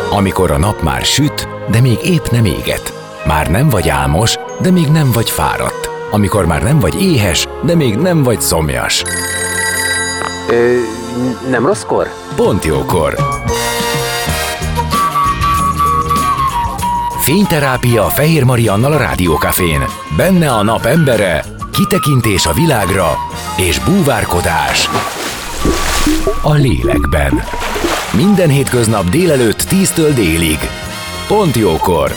Amikor a nap már süt, de még épp nem éget. Már nem vagy álmos, de még nem vagy fáradt. Amikor már nem vagy éhes, de még nem vagy szomjas. Nem rosszkor? Pont jókor. Fényterápia Fehér Mariannal a Rádiókafén. Benne a nap embere, kitekintés a világra és búvárkodás a lélekben. Minden hétköznap délelőtt 10-től délig. Pont jókor.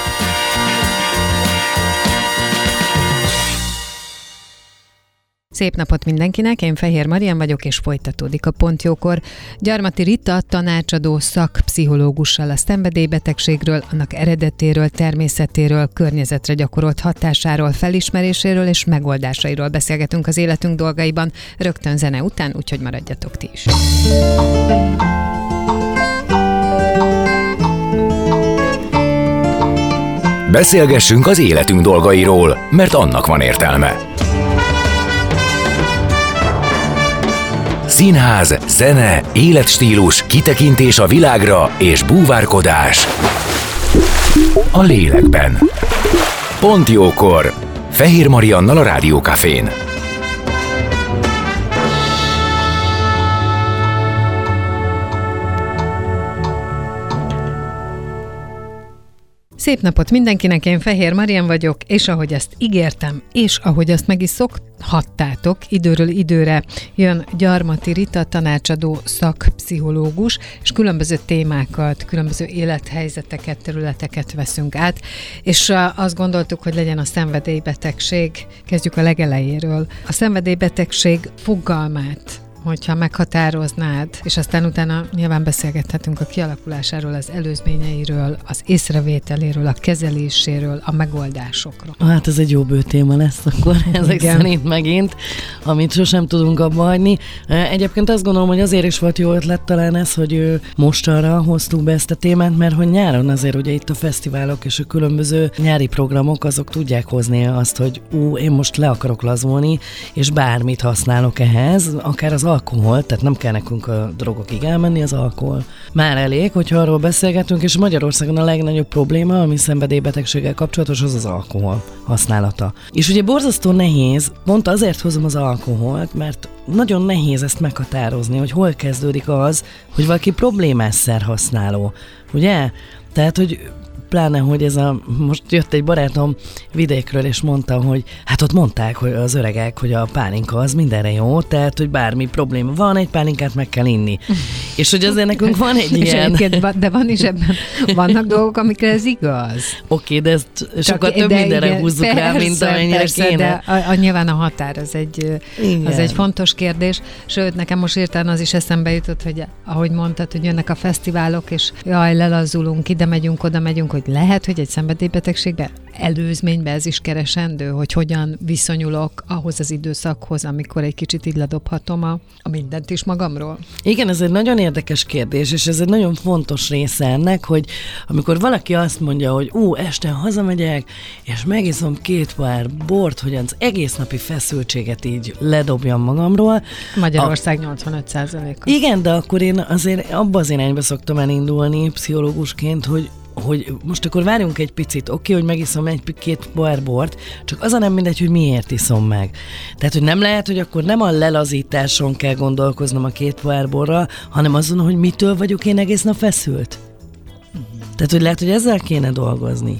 Szép napot mindenkinek, én Fehér Marian vagyok, és folytatódik a Pont jókor. Gyarmati Rita tanácsadó szakpszichológussal a szenvedélybetegségről, annak eredetéről, természetéről, környezetre gyakorolt hatásáról, felismeréséről és megoldásairól beszélgetünk az életünk dolgaiban, rögtön zene után, úgyhogy maradjatok ti is. Beszélgessünk az életünk dolgairól, mert annak van értelme. Színház, zene, életstílus, kitekintés a világra és búvárkodás a lélekben. Pont jókor. Fehér Mariannal a Rádiókafén. Szép napot mindenkinek, én Fehér Marian vagyok, és ahogy ezt ígértem, és ahogy azt meg is szokhattátok, időről időre jön Gyarmati Rita, tanácsadó szakpszichológus, és különböző témákat, különböző élethelyzeteket, területeket veszünk át, és azt gondoltuk, hogy legyen a szenvedélybetegség. Kezdjük a legelejéről. A szenvedélybetegség fogalmát, hogyha meghatároznád, és aztán utána nyilván beszélgethetünk a kialakulásáról, az előzményeiről, az észrevételéről, a kezeléséről, a megoldásokról. Hát ez egy jó bő téma lesz akkor ezek szerint megint, amit sosem tudunk abba hagyni. Egyébként azt gondolom, hogy azért is volt jó ötlet talán ez, hogy mostanra hoztuk be ezt a témát, mert hogy nyáron azért ugye itt a fesztiválok és a különböző nyári programok azok tudják hozni azt, hogy én most le akarok lazulni, és bármit használok ehhez, akár az alkohol, tehát nem kell nekünk a drogokig elmenni, az alkohol már elég, hogyha arról beszélgetünk, és Magyarországon a legnagyobb probléma, ami szenvedélybetegséggel kapcsolatos, az alkohol használata. És ugye borzasztó nehéz, pont azért hozom az alkoholt, mert nagyon nehéz ezt meghatározni, hogy hol kezdődik az, hogy valaki problémás szerhasználó, ugye? Tehát, hogy pláne, hogy most jött egy barátom vidékről, és mondta, hogy hát ott mondták, hogy az öregek, hogy a pálinka az mindenre jó, tehát, hogy bármi probléma van, egy pálinkát meg kell inni. És hogy azért nekünk van egy ilyen... De van is ebben, vannak dolgok, amikre ez igaz. Oké, de ezt sokkal több mindenre húzzuk rá, mint amennyire kéne. De nyilván a határ az egy fontos kérdés. Sőt, nekem most hirtelen az is eszembe jutott, hogy ahogy mondtad, hogy jönnek a fesztiválok, és jaj, lelazzulunk, ide megyünk, oda megyünk, hogy lehet, hogy egy szenvedélybetegségbe előzménybe ez is keresendő, hogy hogyan viszonyulok ahhoz az időszakhoz, amikor egy kicsit így ledobhatom a mindent is magamról. Igen, ez egy nagyon érdekes kérdés, és ez egy nagyon fontos része ennek, hogy amikor valaki azt mondja, hogy este hazamegyek, és megiszom 2 pohár bort, hogy az egész napi feszültséget így ledobjam magamról. Magyarország 85%-a. Igen, de akkor én azért abba az irányba szoktam elindulni pszichológusként, hogy most akkor várjunk egy picit, oké, hogy megiszom 1-2 pohár bort, csak az a nem mindegy, hogy miért iszom meg. Tehát, hogy nem lehet, hogy akkor nem a lelazításon kell gondolkoznom a 2 pohár borral, hanem azon, hogy mitől vagyok én egész nap feszült. Tehát, hogy lehet, hogy ezzel kéne dolgozni.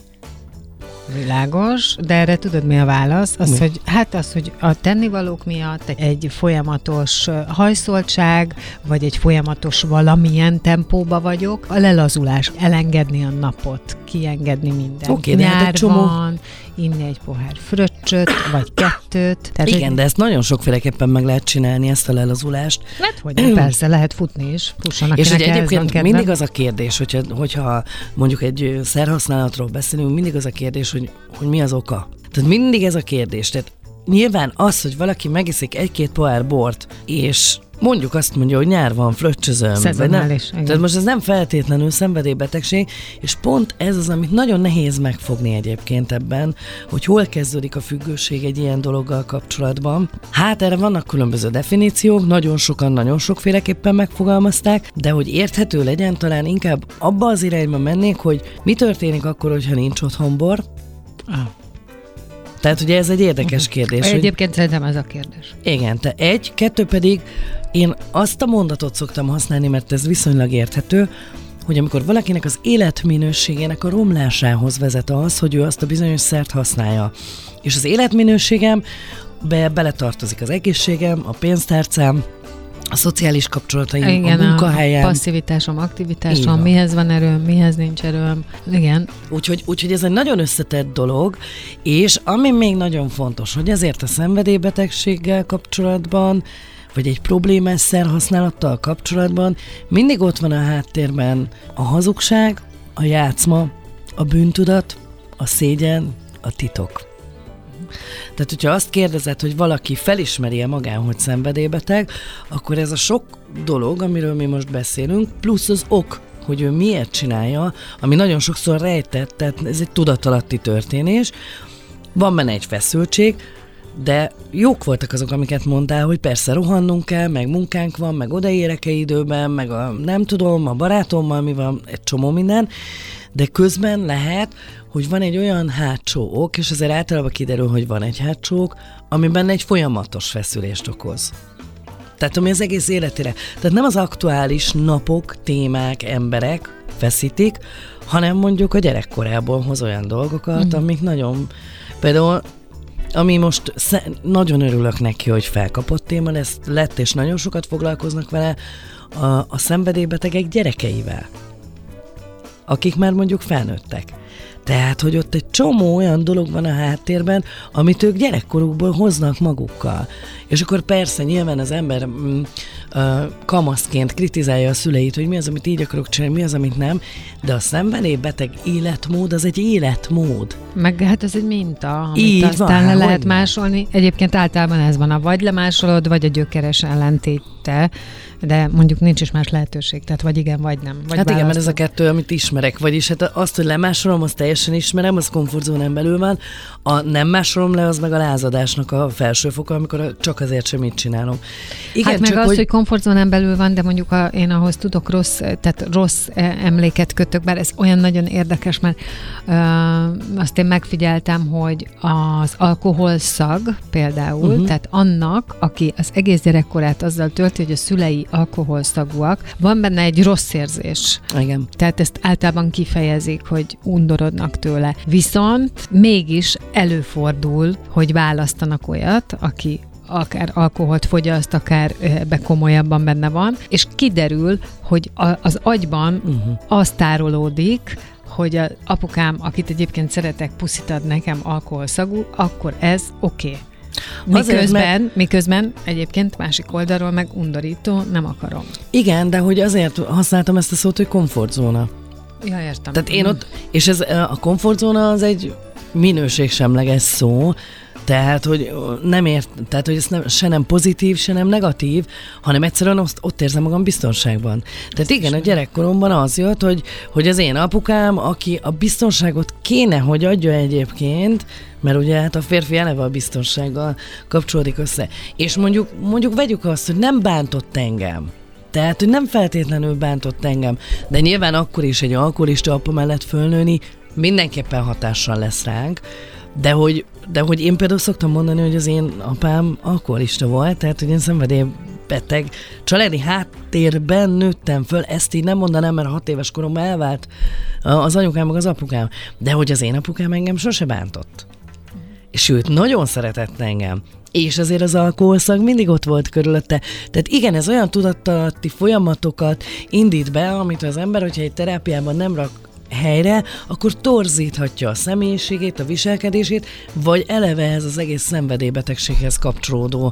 Világos, de erre tudod, mi a válasz? Az, hogy a tennivalók miatt egy folyamatos hajszoltság, vagy egy folyamatos valamilyen tempóba vagyok, a lelazulás, elengedni a napot, kiengedni mindent. Oké, nyár van, inni egy pohár fröccsöt, vagy 2. Tehát igen, de ezt nagyon sokféleképpen meg lehet csinálni, ezt a lelazulást. Lehet, hogy persze, lehet futni is. Fussanak, és ugye egyébként mindig az a kérdés, hogyha mondjuk egy szerhasználatról beszélünk, mindig az a kérdés, hogy mi az oka. Tehát mindig ez a kérdés. Tehát nyilván az, hogy valaki megiszik 1-2 pohár bort, és mondjuk azt mondja, hogy nyár van, fröccsözöm. Szezonális. Tehát most ez nem feltétlenül szenvedélybetegség, és pont ez az, amit nagyon nehéz megfogni egyébként ebben, hogy hol kezdődik a függőség egy ilyen dologgal kapcsolatban. Hát erre vannak különböző definíciók, nagyon sokan, nagyon sokféleképpen megfogalmazták, de hogy érthető legyen, talán inkább abba az irányba mennék, hogy mi történik akkor, hogyha nincs otthon bor. Tehát ugye ez egy érdekes kérdés. Egyébként szerintem ez a kérdés. Igen, 1, 2 pedig én azt a mondatot szoktam használni, mert ez viszonylag érthető, hogy amikor valakinek az életminőségének a romlásához vezet az, hogy ő azt a bizonyos szert használja. És az életminőségem beletartozik az egészségem, a pénztárcám, a szociális kapcsolataim, igen, a munkahelyem. A passzivitásom, aktivitásom, mihez van erőm, mihez nincs erőm. Igen. Úgyhogy ez egy nagyon összetett dolog, és ami még nagyon fontos, hogy ezért a szenvedélybetegséggel kapcsolatban, vagy egy problémás szerhasználattal kapcsolatban mindig ott van a háttérben a hazugság, a játszma, a bűntudat, a szégyen, a titok. Tehát, hogyha azt kérdezed, hogy valaki felismeri-e magán, hogy szenvedélybeteg, akkor ez a sok dolog, amiről mi most beszélünk, plusz az ok, hogy ő miért csinálja, ami nagyon sokszor rejtett, tehát ez egy tudatalatti történés. Van benne egy feszültség, de jók voltak azok, amiket mondtál, hogy persze rohannunk kell, meg munkánk van, meg odaérek-e időben, meg nem tudom, a barátommal mi van, egy csomó minden, de közben lehet, hogy van egy olyan hátsó ok, és azért általában kiderül, hogy van egy hátsó ok, amiben egy folyamatos feszülést okoz. Tehát ami az egész életére. Tehát nem az aktuális napok, témák, emberek feszítik, hanem mondjuk a gyerekkorából hoz olyan dolgokat, amik nagyon... Például ami most nagyon örülök neki, hogy felkapott téma lett, és nagyon sokat foglalkoznak vele, a szenvedélybetegek gyerekeivel, akik már mondjuk felnőttek. Tehát, hogy ott egy csomó olyan dolog van a háttérben, amit ők gyerekkorukból hoznak magukkal. És akkor persze nyilván az ember kamaszként kritizálja a szüleit, hogy mi az, amit így akarok csinálni, mi az, amit nem, de a szenvedélybeteg életmód az egy életmód. Meg hát ez egy minta, amit így aztán van, le lehet másolni. Egyébként általában ez van, vagy lemásolod, vagy a gyökeres ellentéte, de mondjuk nincs is más lehetőség, tehát vagy igen, vagy nem. Vagy hát igen, mert ez a kettő, amit ismerek, vagyis hát azt, hogy lemásolom, azt teljesen ismerem, az komfortzónán belül van, a nem másolom le, az meg a lázadásnak a felső foka, amikor csak azért sem mit csinálom. Igen, hát meg az, hogy komfortzónán belül van, de mondjuk én ahhoz tudok rossz emléket kötök, bár ez olyan nagyon érdekes, mert azt én megfigyeltem, hogy az alkoholszag például, tehát annak, aki az egész gyerekkorát azzal tölti, hogy a szülei alkoholszagúak, van benne egy rossz érzés. Igen. Tehát ezt általában kifejezik, hogy undorodnak tőle. Viszont mégis előfordul, hogy választanak olyat, aki akár alkoholt fogyaszt, akár ebbe komolyabban benne van, és kiderül, hogy az agyban az tárolódik, hogy az apukám, akit egyébként szeretek, puszit ad nekem alkoholszagú, akkor ez oké. Miközben egyébként másik oldalról meg undorító, nem akarom. Igen, de hogy azért használtam ezt a szót, hogy komfortzóna. Ja, értem. Tehát én ott, és ez a komfortzóna az egy minőségsemleges szó, tehát, hogy tehát, hogy ez se nem pozitív, se nem negatív, hanem egyszerűen ott érzem magam biztonságban. Tehát igen, a gyerekkoromban az jött, hogy az én apukám, aki a biztonságot kéne, hogy adja egyébként, mert ugye hát a férfi eleve a biztonsággal kapcsolódik össze. És mondjuk vegyük azt, hogy nem bántott engem. Tehát, hogy nem feltétlenül bántott engem, de nyilván akkor is egy alkoholista apa mellett fölnőni mindenképpen hatással lesz ránk, de hogy én például szoktam mondani, hogy az én apám alkoholista volt, tehát hogy én szenvedélybeteg családi háttérben nőttem föl, ezt így nem mondanám, mert 6 éves koromban elvált az anyukám meg az apukám, de hogy az én apukám engem sose bántott. Sőt, nagyon szeretett engem. És azért az alkoholszag mindig ott volt körülötte. Tehát igen, ez olyan tudattalatti folyamatokat indít be, amit az ember, hogyha egy terápiában nem rak helyre, akkor torzíthatja a személyiségét, a viselkedését, vagy eleve ez az egész szenvedélybetegséghez kapcsolódó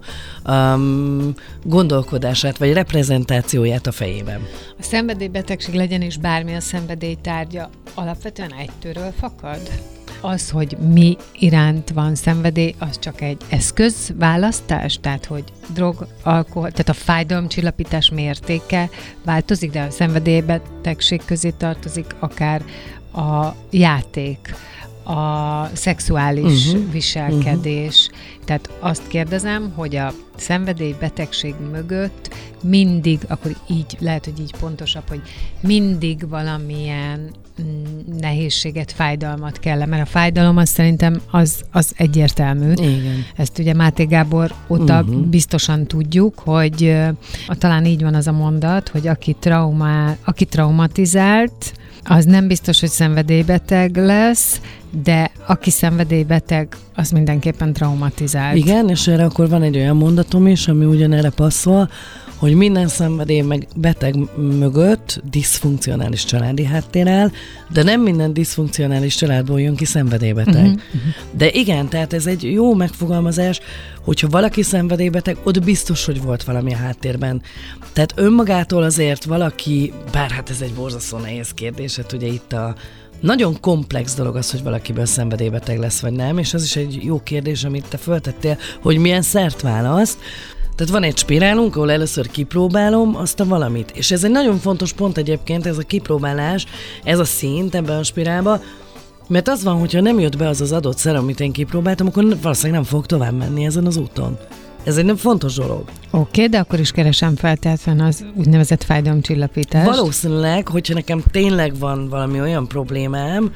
gondolkodását, vagy reprezentációját a fejében. A szenvedélybetegség, legyen is bármi a szenvedélytárgya, alapvetően egytőről fakad? az, hogy mi iránt van szenvedély, az csak egy eszközválasztás, tehát hogy drog, alkohol, tehát a fájdalomcsillapítás mértéke változik, de a szenvedélybetegség közé tartozik akár a játék, a szexuális viselkedés. Tehát azt kérdezem, hogy a szenvedélybetegség mögött mindig, akkor így, lehet, hogy így pontosabb, hogy mindig valamilyen nehézséget, fájdalmat kell, mert a fájdalom az szerintem az egyértelmű. Igen. Ezt ugye Máté Gábor óta biztosan tudjuk, hogy talán így van az a mondat, hogy aki traumatizált, az nem biztos, hogy szenvedélybeteg lesz, de aki szenvedélybeteg, az mindenképpen traumatizált. Igen, és erre akkor van egy olyan mondatom is, ami ugyanerre passzol, hogy minden beteg mögött diszfunkcionális családi háttér áll, de nem minden diszfunkcionális családból jön ki szenvedélybeteg. De igen, tehát ez egy jó megfogalmazás, hogyha valaki szenvedélybeteg, ott biztos, hogy volt valami a háttérben. Tehát önmagától azért valaki, bár hát ez egy borzasztó nehéz kérdés, hát ugye itt a nagyon komplex dolog az, hogy valakiből szenvedélybeteg lesz, vagy nem, és az is egy jó kérdés, amit te föltettél, hogy milyen szert választ. Tehát van egy spirálunk, ahol először kipróbálom azt a valamit. És ez egy nagyon fontos pont egyébként, ez a kipróbálás, ez a szint ebben a spirálba, mert az van, hogyha nem jött be az adott szer, amit én kipróbáltam, akkor valószínűleg nem fog tovább menni ezen az úton. Ez egy nem fontos dolog. Oké, de akkor is keresem feltétlenül az úgynevezett fájdalomcsillapítást. Valószínűleg, hogyha nekem tényleg van valami olyan problémám,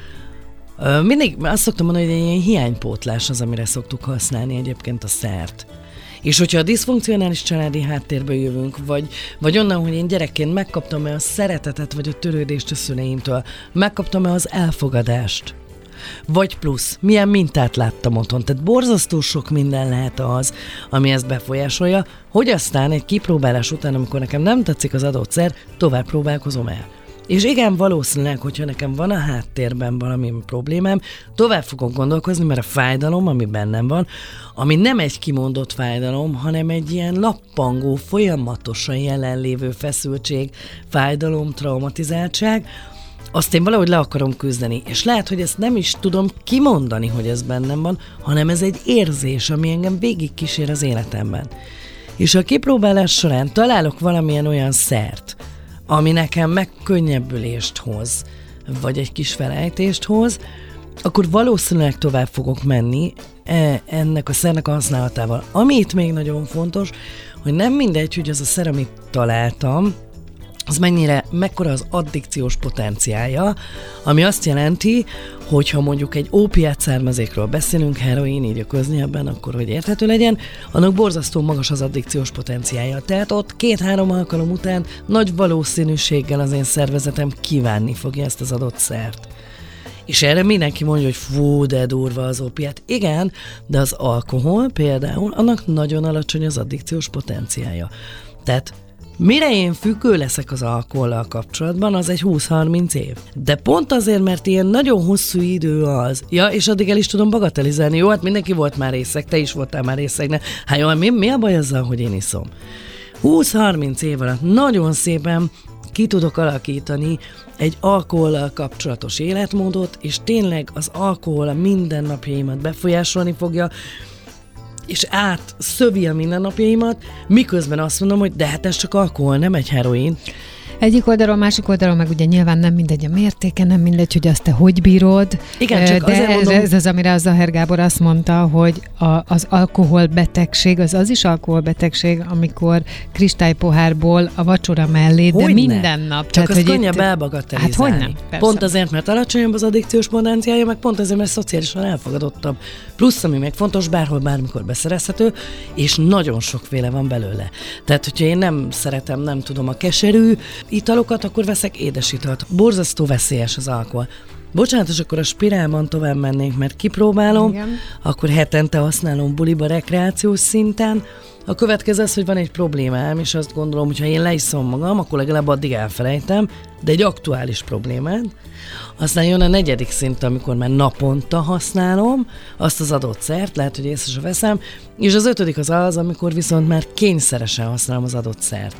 mindig azt szoktam mondani, hogy egy ilyen hiánypótlás az, amire szoktuk használni egyébként a szert. És hogyha a diszfunkcionális családi háttérből jövünk, vagy onnan, hogy én gyerekként megkaptam-e a szeretetet, vagy a törődést a szüleimtől, megkaptam-e az elfogadást, vagy plusz, milyen mintát láttam otthon. Tehát borzasztó sok minden lehet az, ami ezt befolyásolja, hogy aztán egy kipróbálás után, amikor nekem nem tetszik az adott szer, tovább próbálkozom el. És igen, valószínűleg, hogyha nekem van a háttérben valami problémám, tovább fogok gondolkozni, mert a fájdalom, ami bennem van, ami nem egy kimondott fájdalom, hanem egy ilyen lappangó, folyamatosan jelenlévő feszültség, fájdalom, traumatizáltság, azt én valahogy le akarom küzdeni. És lehet, hogy ezt nem is tudom kimondani, hogy ez bennem van, hanem ez egy érzés, ami engem végig kísér az életemben. És a kipróbálás során találok valamilyen olyan szert, ami nekem megkönnyebbülést hoz, vagy egy kis felejtést hoz, akkor valószínűleg tovább fogok menni ennek a szernek a használatával. Ami itt még nagyon fontos, hogy nem mindegy, hogy az a szer, amit találtam, az mekkora az addikciós potenciálja, ami azt jelenti, hogyha mondjuk egy ópiát származékról beszélünk, heroin, így a köznyelben, akkor hogy érthető legyen, annak borzasztó magas az addikciós potenciálja. Tehát ott 2-3 alkalom után nagy valószínűséggel az én szervezetem kívánni fogja ezt az adott szert. És erre mindenki mondja, hogy fú, de durva az ópiát. Igen, de az alkohol például, annak nagyon alacsony az addikciós potenciálja. Tehát mire én függő leszek az alkohollal kapcsolatban, az egy 20-30 év. De pont azért, mert ilyen nagyon hosszú idő az. Ja, és addig el is tudom bagatelizálni. Jó, hát mindenki volt már részeg, te is voltál már részeg. Hát jó, mi a baj azzal, hogy én iszom? 20-30 év alatt nagyon szépen ki tudok alakítani egy alkohollal kapcsolatos életmódot, és tényleg az alkohol a mindennapjaimat befolyásolni fogja, és átszövi a mindennapjaimat, miközben azt mondom, hogy de hát ez csak alkohol, nem egy heroin. Egyik oldalról, másik oldalról meg ugye nyilván nem mindegy a mértéke, nem mindegy, hogy azt te hogy bírod. Igen, csak de azért mondom... ez az, amire a Zahár Gábor azt mondta, hogy az alkoholbetegség, az is alkoholbetegség, amikor kristálypohárból a vacsora mellé, de minden nap. Csak az könnyebb elbagatelizálni. Hát hogy nem? Pont azért, mert alacsonyabb az addikciós potenciálja, meg pont azért, mert szociálisan elfogadottabb. Plusz, ami meg fontos, bárhol, bármikor beszerezhető, és nagyon sokféle van belőle. Tehát, hogyha én nem szeretem, nem tudom, a keserű italokat, akkor veszek édesitalt. Borzasztó veszélyes az alkohol. Bocsánat, és akkor a spirálban tovább mennénk, mert kipróbálom, igen. Akkor hetente használom buliba rekreációs szinten. A következő az, hogy van egy problémám, és azt gondolom, hogy ha én leiszom magam, akkor legalább addig elfelejtem, de egy aktuális problémát. Aztán jön a 4. szint, amikor már naponta használom azt az adott szert, lehet, hogy észre se veszem, és az 5. az, amikor viszont már kényszeresen használom az adott szert.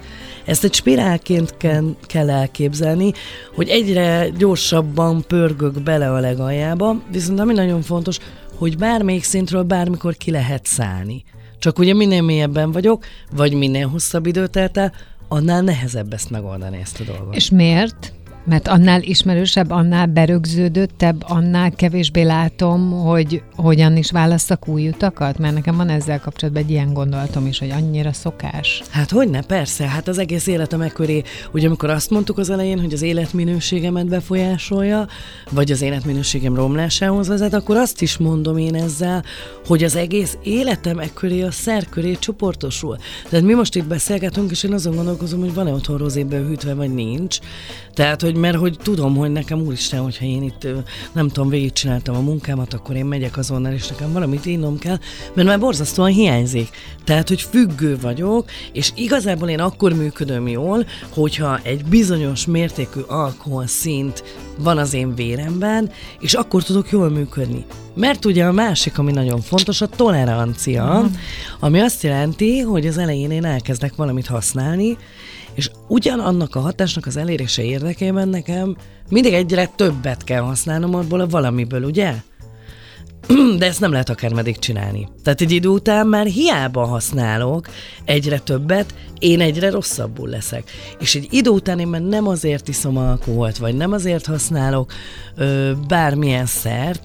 Ezt egy spirálként kell elképzelni, hogy egyre gyorsabban pörgök bele a legaljába, viszont ami nagyon fontos, hogy bármelyik szintről bármikor ki lehet szállni. Csak ugye minél mélyebben vagyok, vagy minél hosszabb időt telt el, annál nehezebb ezt megoldani, ezt a dolgot. És miért? Mert annál ismerősebb, annál berögződöttebb, annál kevésbé látom, hogy hogyan is válasszak új utakat? Mert nekem van ezzel kapcsolatban egy ilyen gondolatom is, hogy annyira szokás. Hát hogyne, persze, hát az egész életem ekköré, ugye amikor azt mondtuk az elején, hogy az életminőségemet befolyásolja, vagy az életminőségem romlásához vezet, akkor azt is mondom én ezzel, hogy az egész életem ekköré a szerköré csoportosul. Tehát mi most itt beszélgetünk, és én azon gondolkozom, hogy van-e otthon rozéből hűtve, vagy nincs. Tehát, mert hogy tudom, hogy nekem úristen, hogyha én itt nem tudom, végigcsináltam a munkámat, akkor én megyek azonnal, és nekem valamit innom kell, mert már borzasztóan hiányzik. Tehát, hogy függő vagyok, és igazából én akkor működöm jól, hogyha egy bizonyos mértékű alkoholszint van az én véremben, és akkor tudok jól működni. Mert ugye a másik, ami nagyon fontos, a tolerancia, ami azt jelenti, hogy az elején én elkezdek valamit használni, és ugyanannak a hatásnak az elérése érdekében nekem mindig egyre többet kell használnom abból a valamiből, ugye? De ezt nem lehet akármeddig csinálni. Tehát egy idő után már hiába használok egyre többet, én egyre rosszabbul leszek. És egy idő után én már nem azért iszom alkoholt, vagy nem azért használok bármilyen szert,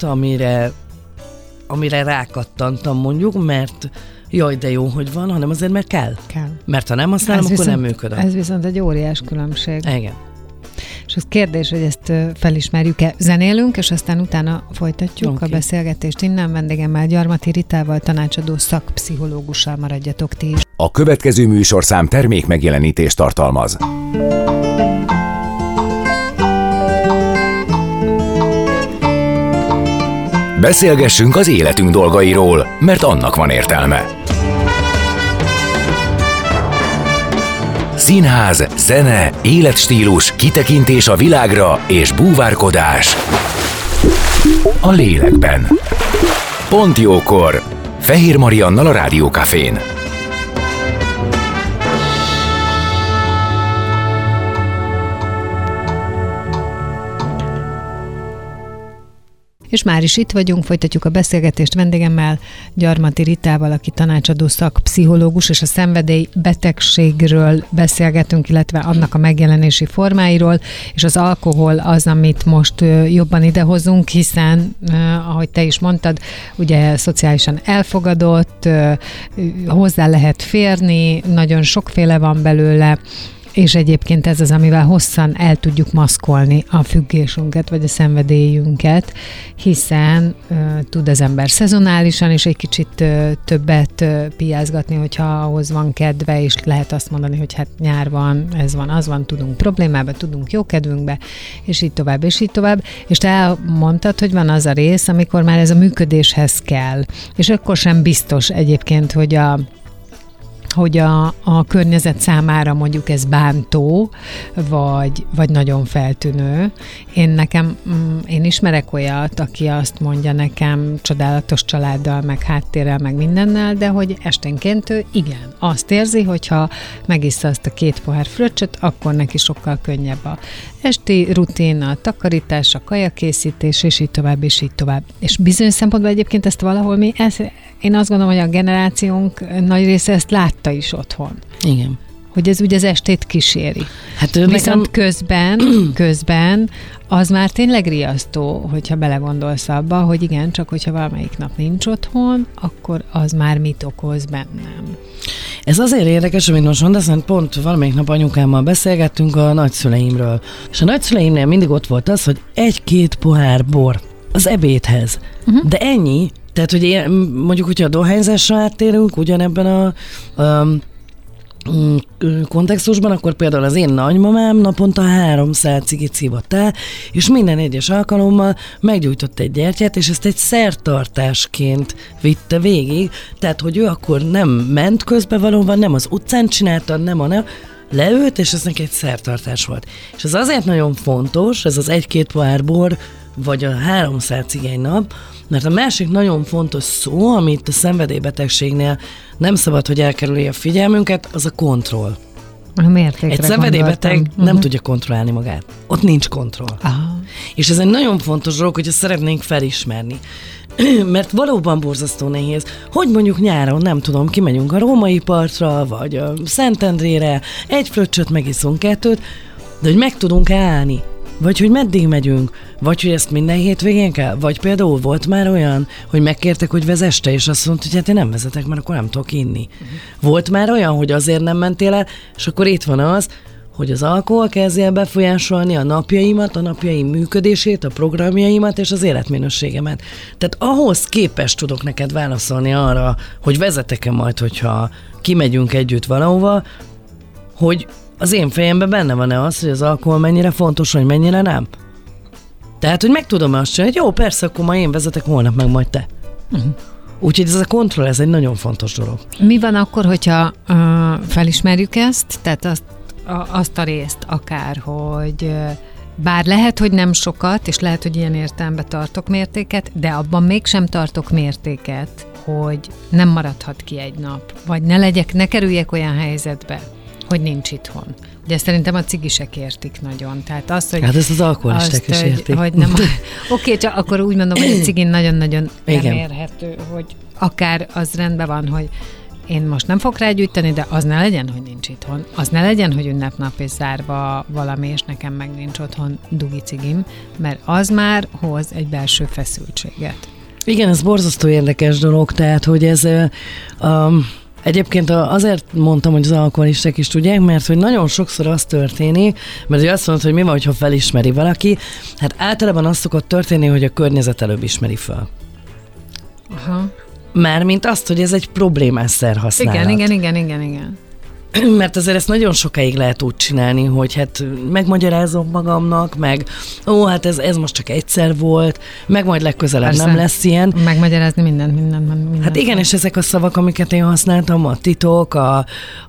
amire rákattantam mondjuk, mert jaj, de jó, hogy van, hanem azért, mert kell. Mert ha nem használom, akkor nem működök. Ez viszont egy óriás különbség. Igen. És az kérdés, hogy ezt felismerjük-e. Zenélünk, és aztán utána folytatjuk a beszélgetést innen. Vendégemmel, Gyarmati Ritával, tanácsadó szakpszichológussal maradjatok ti is. A következő műsorszám termék megjelenítést tartalmaz. Beszélgessünk az életünk dolgairól, mert annak van értelme. Színház, zene, életstílus, kitekintés a világra és búvárkodás a lélekben. Pont jókor! Fehér Mariannal a Rádió Cafén. És már is itt vagyunk, folytatjuk a beszélgetést vendégemmel, Gyarmati Ritával, aki tanácsadó szakpszichológus, és a szenvedélybetegségről beszélgetünk, illetve annak a megjelenési formáiról, és az alkohol az, amit most jobban idehozunk, hiszen, ahogy te is mondtad, ugye szociálisan elfogadott, hozzá lehet férni, nagyon sokféle van belőle, és egyébként ez az, amivel hosszan el tudjuk maszkolni a függésünket, vagy a szenvedélyünket, hiszen tud az ember szezonálisan is egy kicsit többet piázgatni, hogyha ahhoz van kedve, és lehet azt mondani, hogy hát nyár van, ez van, az van, tudunk problémába, tudunk jókedvünkbe, és így tovább, és így tovább. És te elmondtad, hogy van az a rész, amikor már ez a működéshez kell. És akkor sem biztos egyébként, hogy a környezet számára mondjuk ez bántó, vagy nagyon feltűnő. Én ismerek olyat, aki azt mondja nekem csodálatos családdal, meg háttérrel, meg mindennel, de hogy esténként ő igen, azt érzi, hogyha megissza azt a 2 pohár fröccsöt, akkor neki sokkal könnyebb a esti rutin, a takarítás, a kajakészítés, és így tovább, és így tovább. És bizonyos szempontból egyébként ezt valahol én azt gondolom, hogy a generációnk nagy része ezt látta is otthon. Igen. Hogy ez ugye az estét kíséri. Hát viszont közben az már tényleg riasztó, hogyha belegondolsz abba, hogy igen, csak hogyha valamelyik nap nincs otthon, akkor az már mit okoz bennem. Ez azért érdekes, amit most mondasz, mert pont valamelyik nap anyukámmal beszélgettünk a nagyszüleimről. És a nagyszüleimnél mindig ott volt az, hogy 1-2 pohár bor az ebédhez. De ennyi. Tehát, hogy mondjuk, hogyha a dohányzásra áttérünk, ugyanebben a kontextusban, akkor például az én nagymamám naponta 300 cigit szívott el, és minden egyes alkalommal meggyújtott egy gyertyát, és ezt egy szertartásként vitte végig, tehát, hogy ő akkor nem ment közbevalóban, nem az utcán csinálta, nem leült, és ez neki egy szertartás volt. És ez azért nagyon fontos, ez az 1-2 pohár bor, vagy a 300 cigány nap, mert a másik nagyon fontos szó, amit a szenvedélybetegségnél nem szabad, hogy elkerülje a figyelmünket, az a kontroll. A mértékre egy szenvedélybeteg nem tudja kontrollálni magát. Ott nincs kontroll. Aha. És ez egy nagyon fontos dolog, hogyha szeretnénk felismerni. Mert valóban borzasztó nehéz, hogy mondjuk nyáron, nem tudom, kimegyünk a római partra, vagy a Szentendrére, egy fröccsöt megiszunk, 2, de hogy meg tudunk állni, vagy hogy meddig megyünk, vagy hogy ezt minden hétvégén kell, vagy például volt már olyan, hogy megkértek, hogy vezess te, és azt mondta, hogy hát én nem vezetek, mert akkor nem tudok inni. Volt már olyan, hogy azért nem mentél el, és akkor itt van az, hogy az alkohol kezdi el befolyásolni a napjaimat, a napjaim működését, a programjaimat és az életminőségemet. Tehát ahhoz képest tudok neked válaszolni arra, hogy vezetek-e majd, hogyha kimegyünk együtt valahova, hogy az én fejemben benne van-e az, hogy az alkohol mennyire fontos, hogy mennyire nem. Tehát, hogy meg tudom azt csinálni, hogy jó, persze, akkor ma én vezetek, holnap meg majd te. Úgyhogy ez a kontroll, ez egy nagyon fontos dolog. Mi van akkor, hogyha felismerjük ezt, tehát azt a részt akár, hogy bár lehet, hogy nem sokat, és lehet, hogy ilyen értelemben tartok mértéket, de abban mégsem tartok mértéket, hogy nem maradhat ki egy nap, vagy ne kerüljek olyan helyzetbe, hogy nincs itthon. Ugye szerintem a cigisek értik nagyon. Tehát azt, hogy hát ezt az alkoholisták is értik. Hogy nem, oké, csak akkor úgy mondom, hogy a cigin nagyon-nagyon nem érhető, hogy akár az rendben van, hogy én most nem fogok rá gyűjteni, de az ne legyen, hogy nincs itthon. Az ne legyen, hogy ünnepnap és zárva valami, és nekem meg nincs otthon dugi cigim, mert az már hoz egy belső feszültséget. Igen, ez borzasztó érdekes dolog, tehát, hogy ez egyébként azért mondtam, hogy az alkoholisták is tudják, mert hogy nagyon sokszor az történik, mert hogy azt mondod, hogy mi van, ha felismeri valaki, hát általában az szokott történni, hogy a környezet előbb ismeri fel. Aha. Mármint azt, hogy ez egy problémás szerhasználat. Igen. Mert azért ezt nagyon sokáig lehet úgy csinálni, hogy hát megmagyarázom magamnak, meg hát ez most csak egyszer volt, meg majd legközelebb persze, nem lesz ilyen. Megmagyarázni mindent. Hát igen, és ezek a szavak, amiket én használtam, a titok, a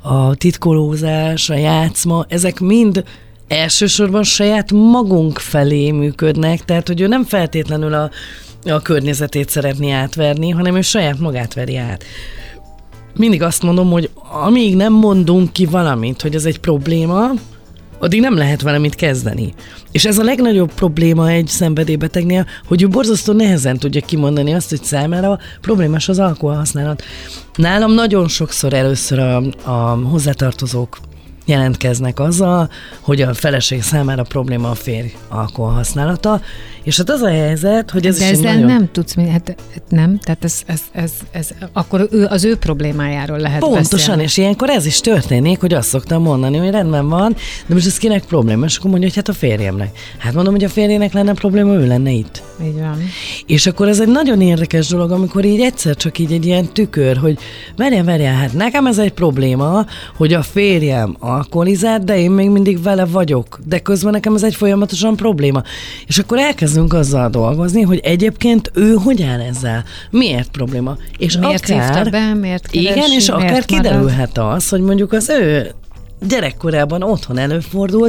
titkolózás, a játszma, ezek mind elsősorban saját magunk felé működnek, tehát hogy ő nem feltétlenül a környezetét szeretné átverni, hanem ő saját magát veri át. Mindig azt mondom, hogy amíg nem mondunk ki valamit, hogy ez egy probléma, addig nem lehet valamit kezdeni. És ez a legnagyobb probléma egy szenvedélybetegnél, hogy ő borzasztó nehezen tudja kimondani azt, hogy számára problémás az alkoholhasználat. Nálam nagyon sokszor először a hozzátartozók jelentkeznek azzal, hogy a feleség számára probléma a férj alkoholhasználata, és hát az a helyzet, hogy ez de is ezzel nagyon... nem tudsz, hát nem, tehát ez akkor az ő problémájáról lehet pontosan, beszélni. És ilyenkor ez is történik, hogy azt szoktam mondani, hogy rendben van, de most ez kinek probléma? És akkor mondja, hogy hát a férjemnek. Hát mondom, hogy a férjének lenne probléma, ő lenne itt. Így van. És akkor ez egy nagyon érdekes dolog, amikor így egyszer csak így egy ilyen tükör, hogy várjál, hát nekem ez egy probléma, hogy a férjem alkoholizált, de én még mindig vele vagyok, de közben nekem ez egy folyamatosan probléma. És akkor elkezdünk azzal dolgozni, hogy egyébként ő hogy áll ezzel? Miért probléma? És miért hívta be, miért keresi, igen, és akár marad? kiderülhet az, hogy mondjuk az ő gyerekkorában otthon előfordult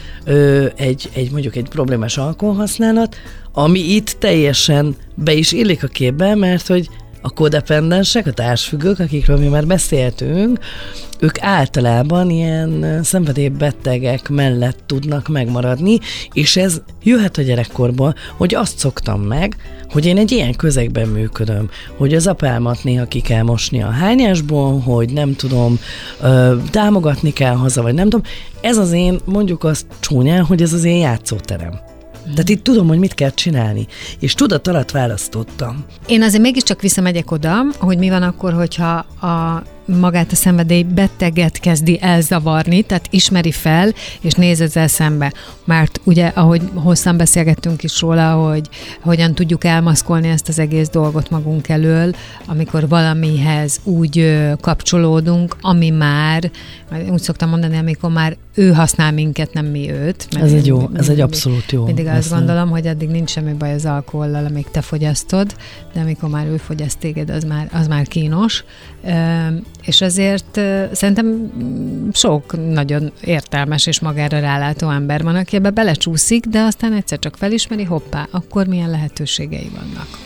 mondjuk egy problémás alkoholhasználat, ami itt teljesen be is illik a képbe, mert hogy a kodependensek, a társfüggők, akikről mi már beszéltünk, ők általában ilyen szenvedélybetegek mellett tudnak megmaradni, és ez jöhet a gyerekkorból, hogy azt szoktam meg, hogy én egy ilyen közegben működöm, hogy az apámat néha ki kell mosni a hányásból, hogy nem tudom, támogatni kell haza, vagy nem tudom. Ez az én, mondjuk azt csúnyán, hogy ez az én játszóterem. Tehát itt tudom, hogy mit kell csinálni, és tudat alatt választottam. Én azért mégiscsak visszamegyek oda, hogy mi van akkor, hogyha magát a szenvedélybeteget kezdi elzavarni, tehát ismeri fel, és néz ezzel szembe. Mert ugye, ahogy hosszan beszélgettünk is róla, hogy hogyan tudjuk elmaszkolni ezt az egész dolgot magunk elől, amikor valamihez úgy kapcsolódunk, ami már, úgy szoktam mondani, amikor már ő használ minket, nem mi őt. Ez egy abszolút jó. Mindig azt gondolom, hogy addig nincs semmi baj az alkohollal, amíg te fogyasztod, de amikor már ő fogyaszt téged, az már kínos. És azért szerintem sok nagyon értelmes és magára rálátó ember van, aki ebbe belecsúszik, de aztán egyszer csak felismeri, hoppá, akkor milyen lehetőségei vannak.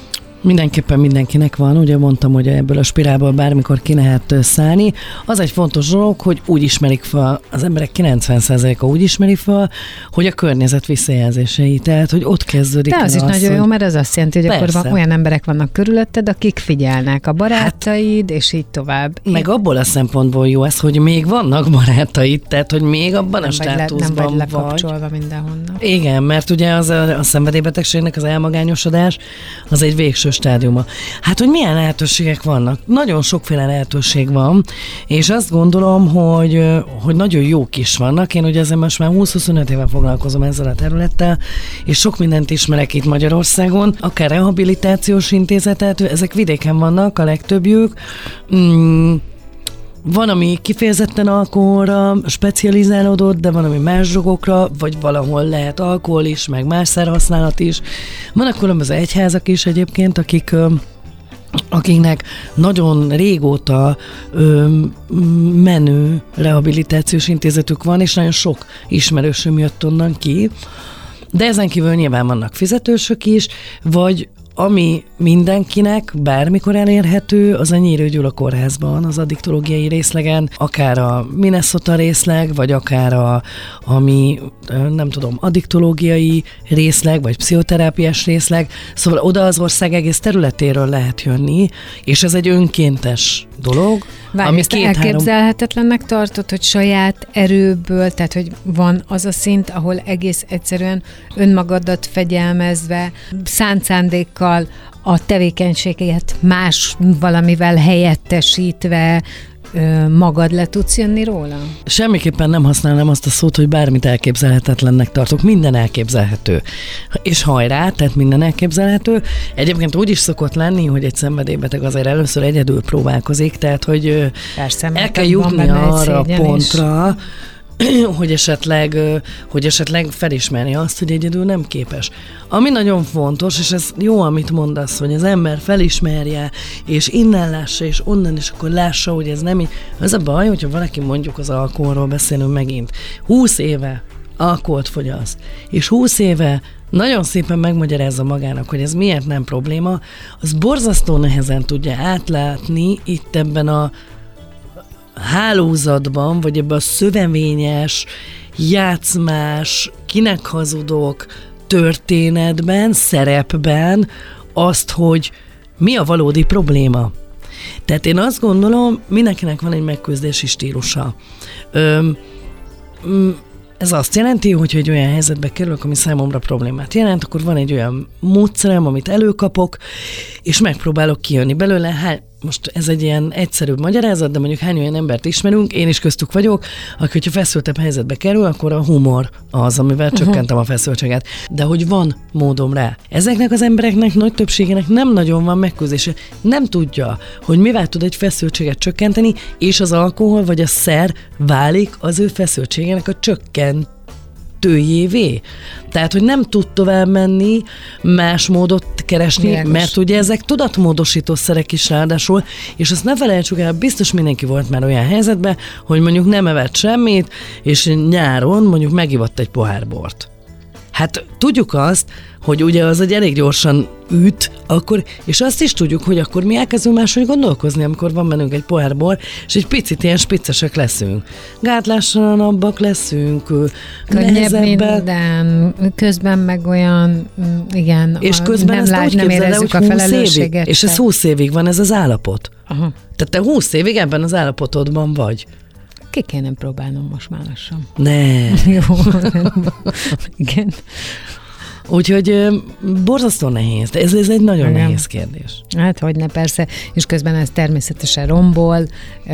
Mindenképpen mindenkinek van, ugye mondtam, hogy ebből a spirálból bármikor ki lehet szállni. Az egy fontos dolog, hogy úgy ismerik fel, az emberek 90%-a úgy ismeri fel, hogy a környezet visszajelzései, tehát hogy ott kezdődik. De az is nagyon jó, mert az azt jelenti, hogy persze. akkor olyan emberek vannak körülötted, akik figyelnek, a barátaid, és így tovább. Meg abból a szempontból jó ez, hogy még vannak barátaid, tehát hogy még abban a státuszban nem vagy lekapcsolva mindenhonnan. Igen, mert ugye az a szenvedélybetegségnek az elmagányosodás az egy végső stádiuma. Hát, hogy milyen lehetőségek vannak? Nagyon sokféle lehetőség van, és azt gondolom, hogy nagyon jók is vannak. Én ugye ezzel most már 20-25 éve foglalkozom ezzel a területtel, és sok mindent ismerek itt Magyarországon, akár rehabilitációs intézetet, ezek vidéken vannak, a legtöbbjük. Van, ami kifejezetten alkoholra specializálódott, de van, ami más drogokra, vagy valahol lehet alkohol is, meg más szerhasználat is. Vannak különböző egyházak is egyébként, akiknek nagyon régóta menő rehabilitációs intézetük van, és nagyon sok ismerősöm jött onnan ki. De ezen kívül nyilván vannak fizetősök is, vagy ami mindenkinek bármikor elérhető, az a Nyírő Gyula kórházban, az addiktológiai részlegen, akár a Minnesota részleg, vagy akár ami nem tudom, addiktológiai részleg, vagy pszichoterápiás részleg. Szóval oda az ország egész területéről lehet jönni, és ez egy önkéntes dolog. Várj, ezt elképzelhetetlennek tartod, hogy saját erőből, tehát hogy van az a szint, ahol egész egyszerűen önmagadat fegyelmezve, szánt szándékkal a tevékenységet más valamivel helyettesítve magad le tudsz jönni róla? Semmiképpen nem használnám azt a szót, hogy bármit elképzelhetetlennek tartok. Minden elképzelhető. És hajrá, tehát minden elképzelhető. Egyébként úgy is szokott lenni, hogy egy szenvedélybeteg azért először egyedül próbálkozik, tehát hogy persze, el kell jutni arra a pontra, hogy esetleg felismerni azt, hogy egyedül nem képes. Ami nagyon fontos, és ez jó, amit mondasz, hogy az ember felismerje, és innen lássa, és onnan, és akkor lássa, hogy ez nem így. Az a baj, hogyha valaki, mondjuk az alkoholról beszélünk megint, 20 éve alkoholt fogyaszt, és 20 éve nagyon szépen megmagyarázza magának, hogy ez miért nem probléma, az borzasztó nehezen tudja átlátni itt ebben a hálózatban, vagy ebben a szövevényes, játszmás, kinek hazudok történetben, szerepben azt, hogy mi a valódi probléma. Tehát én azt gondolom, mindenkinek van egy megküzdési stílusa. Ez azt jelenti, hogy egy olyan helyzetbe kerülök, ami számomra problémát jelent, akkor van egy olyan módszerem, amit előkapok, és megpróbálok kijönni belőle. Most ez egy ilyen egyszerűbb magyarázat, de mondjuk hány olyan embert ismerünk, én is köztük vagyok, aki, hogyha feszültebb helyzetbe kerül, akkor a humor az, amivel csökkentem a feszültséget. De hogy van módom rá. Ezeknek az embereknek nagy többségének nem nagyon van megküzdése. Nem tudja, hogy mivel tud egy feszültséget csökkenteni, és az alkohol vagy a szer válik az ő feszültségének a csökkentőjévé. Tehát, hogy nem tud tovább menni, más módot keresni, Világos. mert ugye ezek tudatmódosító szerek is ráadásul, és azt ne felejtsük el, biztos mindenki volt már olyan helyzetben, hogy mondjuk nem evett semmit, és nyáron mondjuk megivott egy pohár bort. Hát tudjuk azt, hogy ugye az egy elég gyorsan üt, akkor, és azt is tudjuk, hogy akkor mi elkezdünk máshogy gondolkozni, amikor van bennünk egy pohár bor, és egy picit ilyen spiccesek leszünk. Gátlástalanabbak leszünk, könnyebb minden, közben meg olyan, igen, és közben nem érezzük a felelősséget. Évig, és ez 20 évig van ez az állapot. Aha. Tehát te 20 évig ebben az állapotodban vagy. Ki kéne próbálnom most már lassan. Ne. Jó. Igen. Úgyhogy borzasztó nehéz, de ez egy nagyon nehéz kérdés. Hát hogyne, persze, és közben ez természetesen rombol,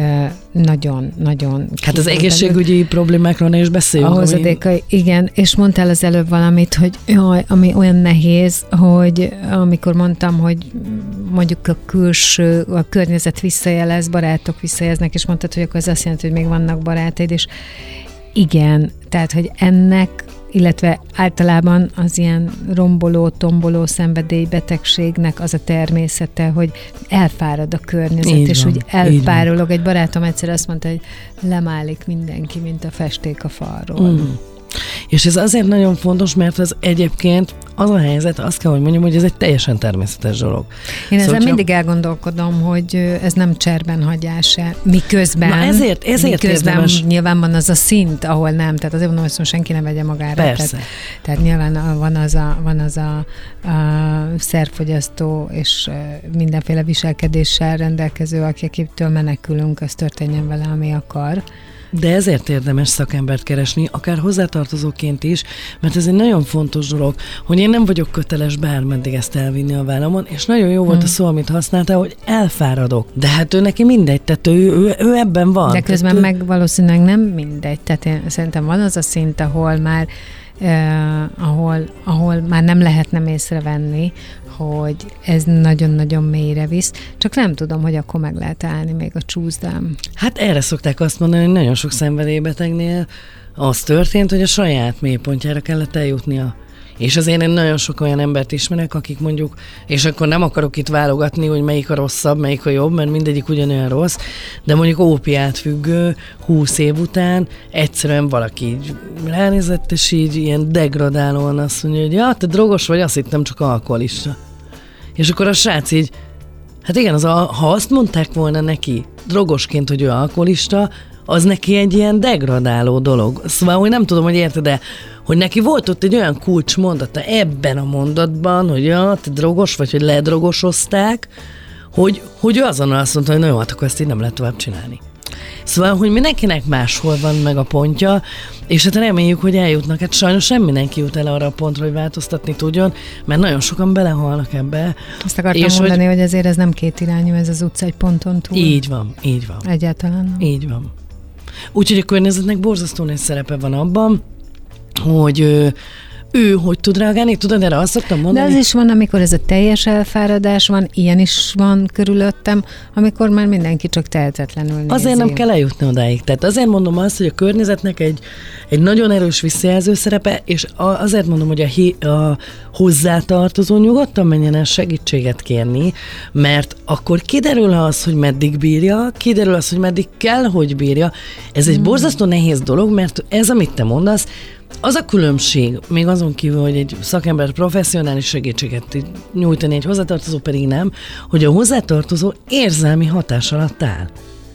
nagyon. Hát az egészségügyi problémákról ne is beszéljünk. A hozadékai, igen, és mondtál az előbb valamit, hogy jaj, ami olyan nehéz, hogy amikor mondtam, hogy mondjuk a környezet visszajelez, barátok visszajeleznek, és mondtad, hogy akkor ez azt jelenti, hogy még vannak barátaid, és igen, tehát, hogy ennek, illetve általában az ilyen romboló, tomboló szenvedélybetegségnek az a természete, hogy elfárad a környezet, így és van, úgy elpárolog. Egy barátom egyszer azt mondta, hogy lemálik mindenki, mint a festék a falról. És ez azért nagyon fontos, mert ez egyébként az a helyzet, azt kell, hogy mondjam, hogy ez egy teljesen természetes dolog. Én ezen mindig elgondolkodom, hogy ez nem cserbenhagyás-e, miközben nyilván van az a szint, ahol nem, tehát azért mondom, hogy senki ne vegye magára. Persze. Tehát nyilván van az a szerfogyasztó és mindenféle viselkedéssel rendelkező, akitől menekülünk, az történjen vele, ami akar. De ezért érdemes szakembert keresni, akár hozzátartozóként is, mert ez egy nagyon fontos dolog, hogy én nem vagyok köteles bármeddig ezt elvinni a vállamon, és nagyon jó volt a szó, amit használtál, hogy elfáradok. De hát ő neki mindegy, tehát ő ebben van. De közben meg valószínűleg nem mindegy. Tehát én szerintem van az a szint, ahol már ahol már nem lehetne észrevenni, hogy ez nagyon-nagyon mélyre visz. Csak nem tudom, hogy akkor meg lehet állni még a csúszdám. Hát erre szokták azt mondani, hogy nagyon sok szenvedélybetegnél az történt, hogy a saját mélypontjára kellett eljutnia. És azért én nagyon sok olyan embert ismerek, akik mondjuk, és akkor nem akarok itt válogatni, hogy melyik a rosszabb, melyik a jobb, mert mindegyik ugyanolyan rossz, de mondjuk ópiát függő 20 év után egyszerűen valaki így ránézett, és így ilyen degradálóan azt mondja, hogy ja, te drogos vagy, azt hittem csak alkoholista. És akkor a srác így, hát igen, ha azt mondták volna neki drogosként, hogy ő alkoholista, az neki egy ilyen degradáló dolog. Szóval, hogy nem tudom, hogy érted, de hogy neki volt ott egy olyan kulcsmondata ebben a mondatban, hogy ja, te drogos vagy, hogy ledrogosozták, hogy ő azonnal azt mondta, hogy na jó, hát akkor ezt így nem lehet tovább csinálni. Szóval, hogy mindenkinek máshol van meg a pontja, és hát reméljük, hogy eljutnak. Hát sajnos sem mindenki jut el arra a pontra, hogy változtatni tudjon, mert nagyon sokan belehalnak ebbe. Azt akartam mondani, hogy ezért ez nem kétirányú, ez az utca egy ponton túl. Így van. Egyáltalán nem. Így van. Úgyhogy a környezetnek borzasztó nagy szerepe van abban, hogy ő hogy tud reagálni, tudod, erre azt szoktam mondani. De az is van, amikor ez a teljes elfáradás van, ilyen is van körülöttem, amikor már mindenki csak tehetetlenül nézi. Azért nem kell eljutni odáig. Tehát azért mondom azt, hogy a környezetnek egy nagyon erős visszajelző szerepe, és azért mondom, hogy a hozzátartozó nyugodtan menjen el segítséget kérni, mert akkor kiderül az, hogy meddig bírja, kiderül az, hogy meddig kell, hogy bírja. Ez egy borzasztó nehéz dolog, mert ez, amit te mondasz, az a különbség, még azon kívül, hogy egy szakember professzionális segítséget nyújtani, egy hozzátartozó pedig nem, hogy a hozzátartozó érzelmi hatás alatt áll.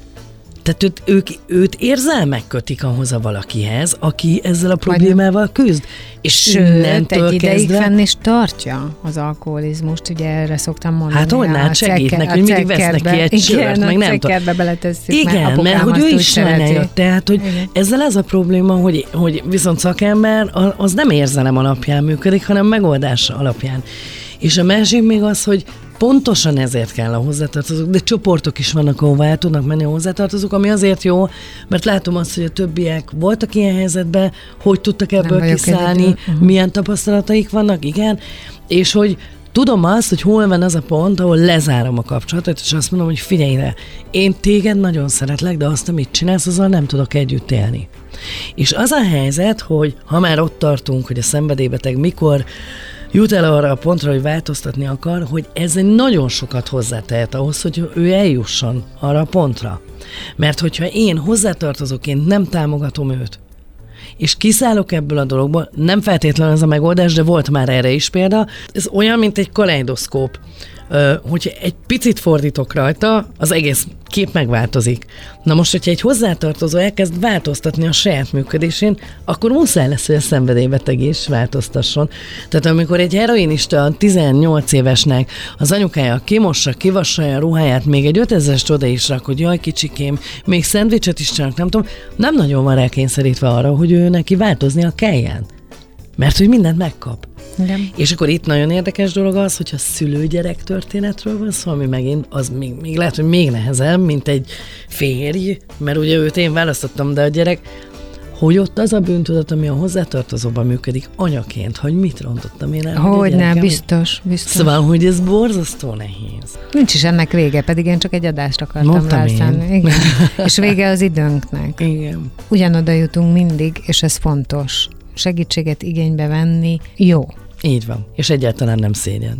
Tehát őt érzelmek kötik ahhoz a valakihez, aki ezzel a problémával küzd. És sőt, egy ideig fenn is tartja az alkoholizmust, ugye erre szoktam mondani. Hát hogy hát segítnek, hogy mindig vesznek ki egy sört, meg nem tudom. Beletesszük, igen, mert hogy ő is sajnálja. Tehát, hogy igen. Ezzel ez a probléma, hogy viszont szakember az nem érzelem alapján működik, hanem megoldás alapján. És a másik még az, hogy pontosan ezért kell a hozzátartozók, de csoportok is vannak, ahová el tudnak menni a hozzátartozók, ami azért jó, mert látom azt, hogy a többiek voltak ilyen helyzetben, hogy tudtak ebből kiszállni, milyen tapasztalataik vannak, igen, és hogy tudom azt, hogy hol van az a pont, ahol lezárom a kapcsolatot, és azt mondom, hogy figyelj rá, én téged nagyon szeretlek, de azt, amit csinálsz, azzal nem tudok együtt élni. És az a helyzet, hogy ha már ott tartunk, hogy a szenvedélybeteg mikor jut el arra a pontra, hogy változtatni akar, hogy ez nagyon sokat hozzátehet ahhoz, hogy ő eljusson arra a pontra. Mert hogyha én hozzátartozóként nem támogatom őt, és kiszállok ebből a dologból, nem feltétlenül ez a megoldás, de volt már erre is példa, ez olyan, mint egy kaleidoszkóp. Hogyha egy picit fordítok rajta, az egész kép megváltozik. Na most, hogyha egy hozzátartozó elkezd változtatni a saját működésén, akkor muszáj lesz, hogy a szenvedélybeteg is változtasson. Tehát amikor egy heroinista 18 évesnek az anyukája kimossa, kivassalja a ruháját, még egy 5000-est oda is rak, hogy jaj kicsikém, még szendvicset is csinálnak, nem tudom, nem nagyon van rákényszerítve arra, hogy ő neki változnia kelljen. Mert hogy mindent megkap. Igen. És akkor itt nagyon érdekes dolog az, hogyha szülő-gyerek történetről van szó, ami megint az még lehet, hogy még nehezebb, mint egy férj, mert ugye őt én választottam, de a gyerek, hogy ott az a bűntudat, ami a hozzátartozóban működik anyaként, hogy mit rontottam én el. Hogy nem, biztos. Szóval, hogy ez borzasztó nehéz. Nincs is ennek vége, pedig én csak egy adást akartam választani. Igen. És vége az időnknek. Igen. Ugyanoda jutunk mindig, és ez fontos. Segítséget igénybe venni jó. Így van, és egyáltalán nem szégyen.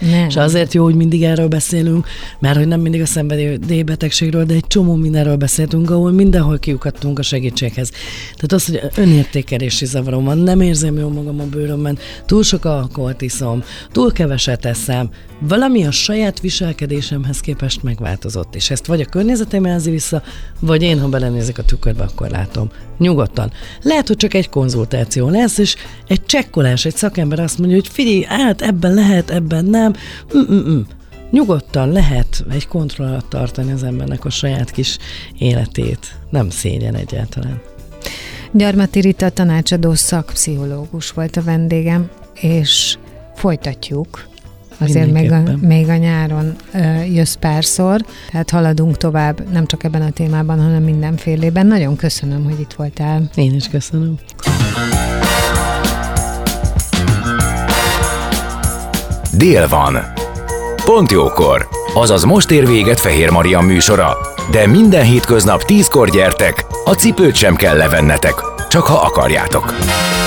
Nem. És azért jó, hogy mindig erről beszélünk, mert hogy nem mindig a szenvedélybetegségről, de egy csomó mindenről beszéltünk, ahol mindenhol kiukadtunk a segítséghez. Tehát az, hogy önértékelési zavarom van, nem érzem jól magam a bőrömben, túl sok alkoholt iszom, túl keveset eszem, valami a saját viselkedésemhez képest megváltozott, és ezt vagy a környezetem jelzi vissza, vagy én, ha belenézek a tükörbe, akkor látom. Nyugodtan. Lehet, hogy csak egy konzultáció lesz, és egy csekkolás, egy szakember azt mondja, hogy figyelj, ebben lehet, ebben nem. Nyugodtan lehet egy kontroll alatt tartani az embernek a saját kis életét. Nem szégyen egyáltalán. Gyarmati Rita tanácsadó szakpszichológus volt a vendégem, és folytatjuk. Azért még a nyáron jössz párszor, tehát haladunk tovább, nem csak ebben a témában, hanem mindenfélében. Nagyon köszönöm, hogy itt voltál. Én is köszönöm. Dél van. Pont jókor. Azaz most ér véget Fehér Marian műsora. De minden hétköznap 10-kor gyertek, a cipőt sem kell levennetek, csak ha akarjátok.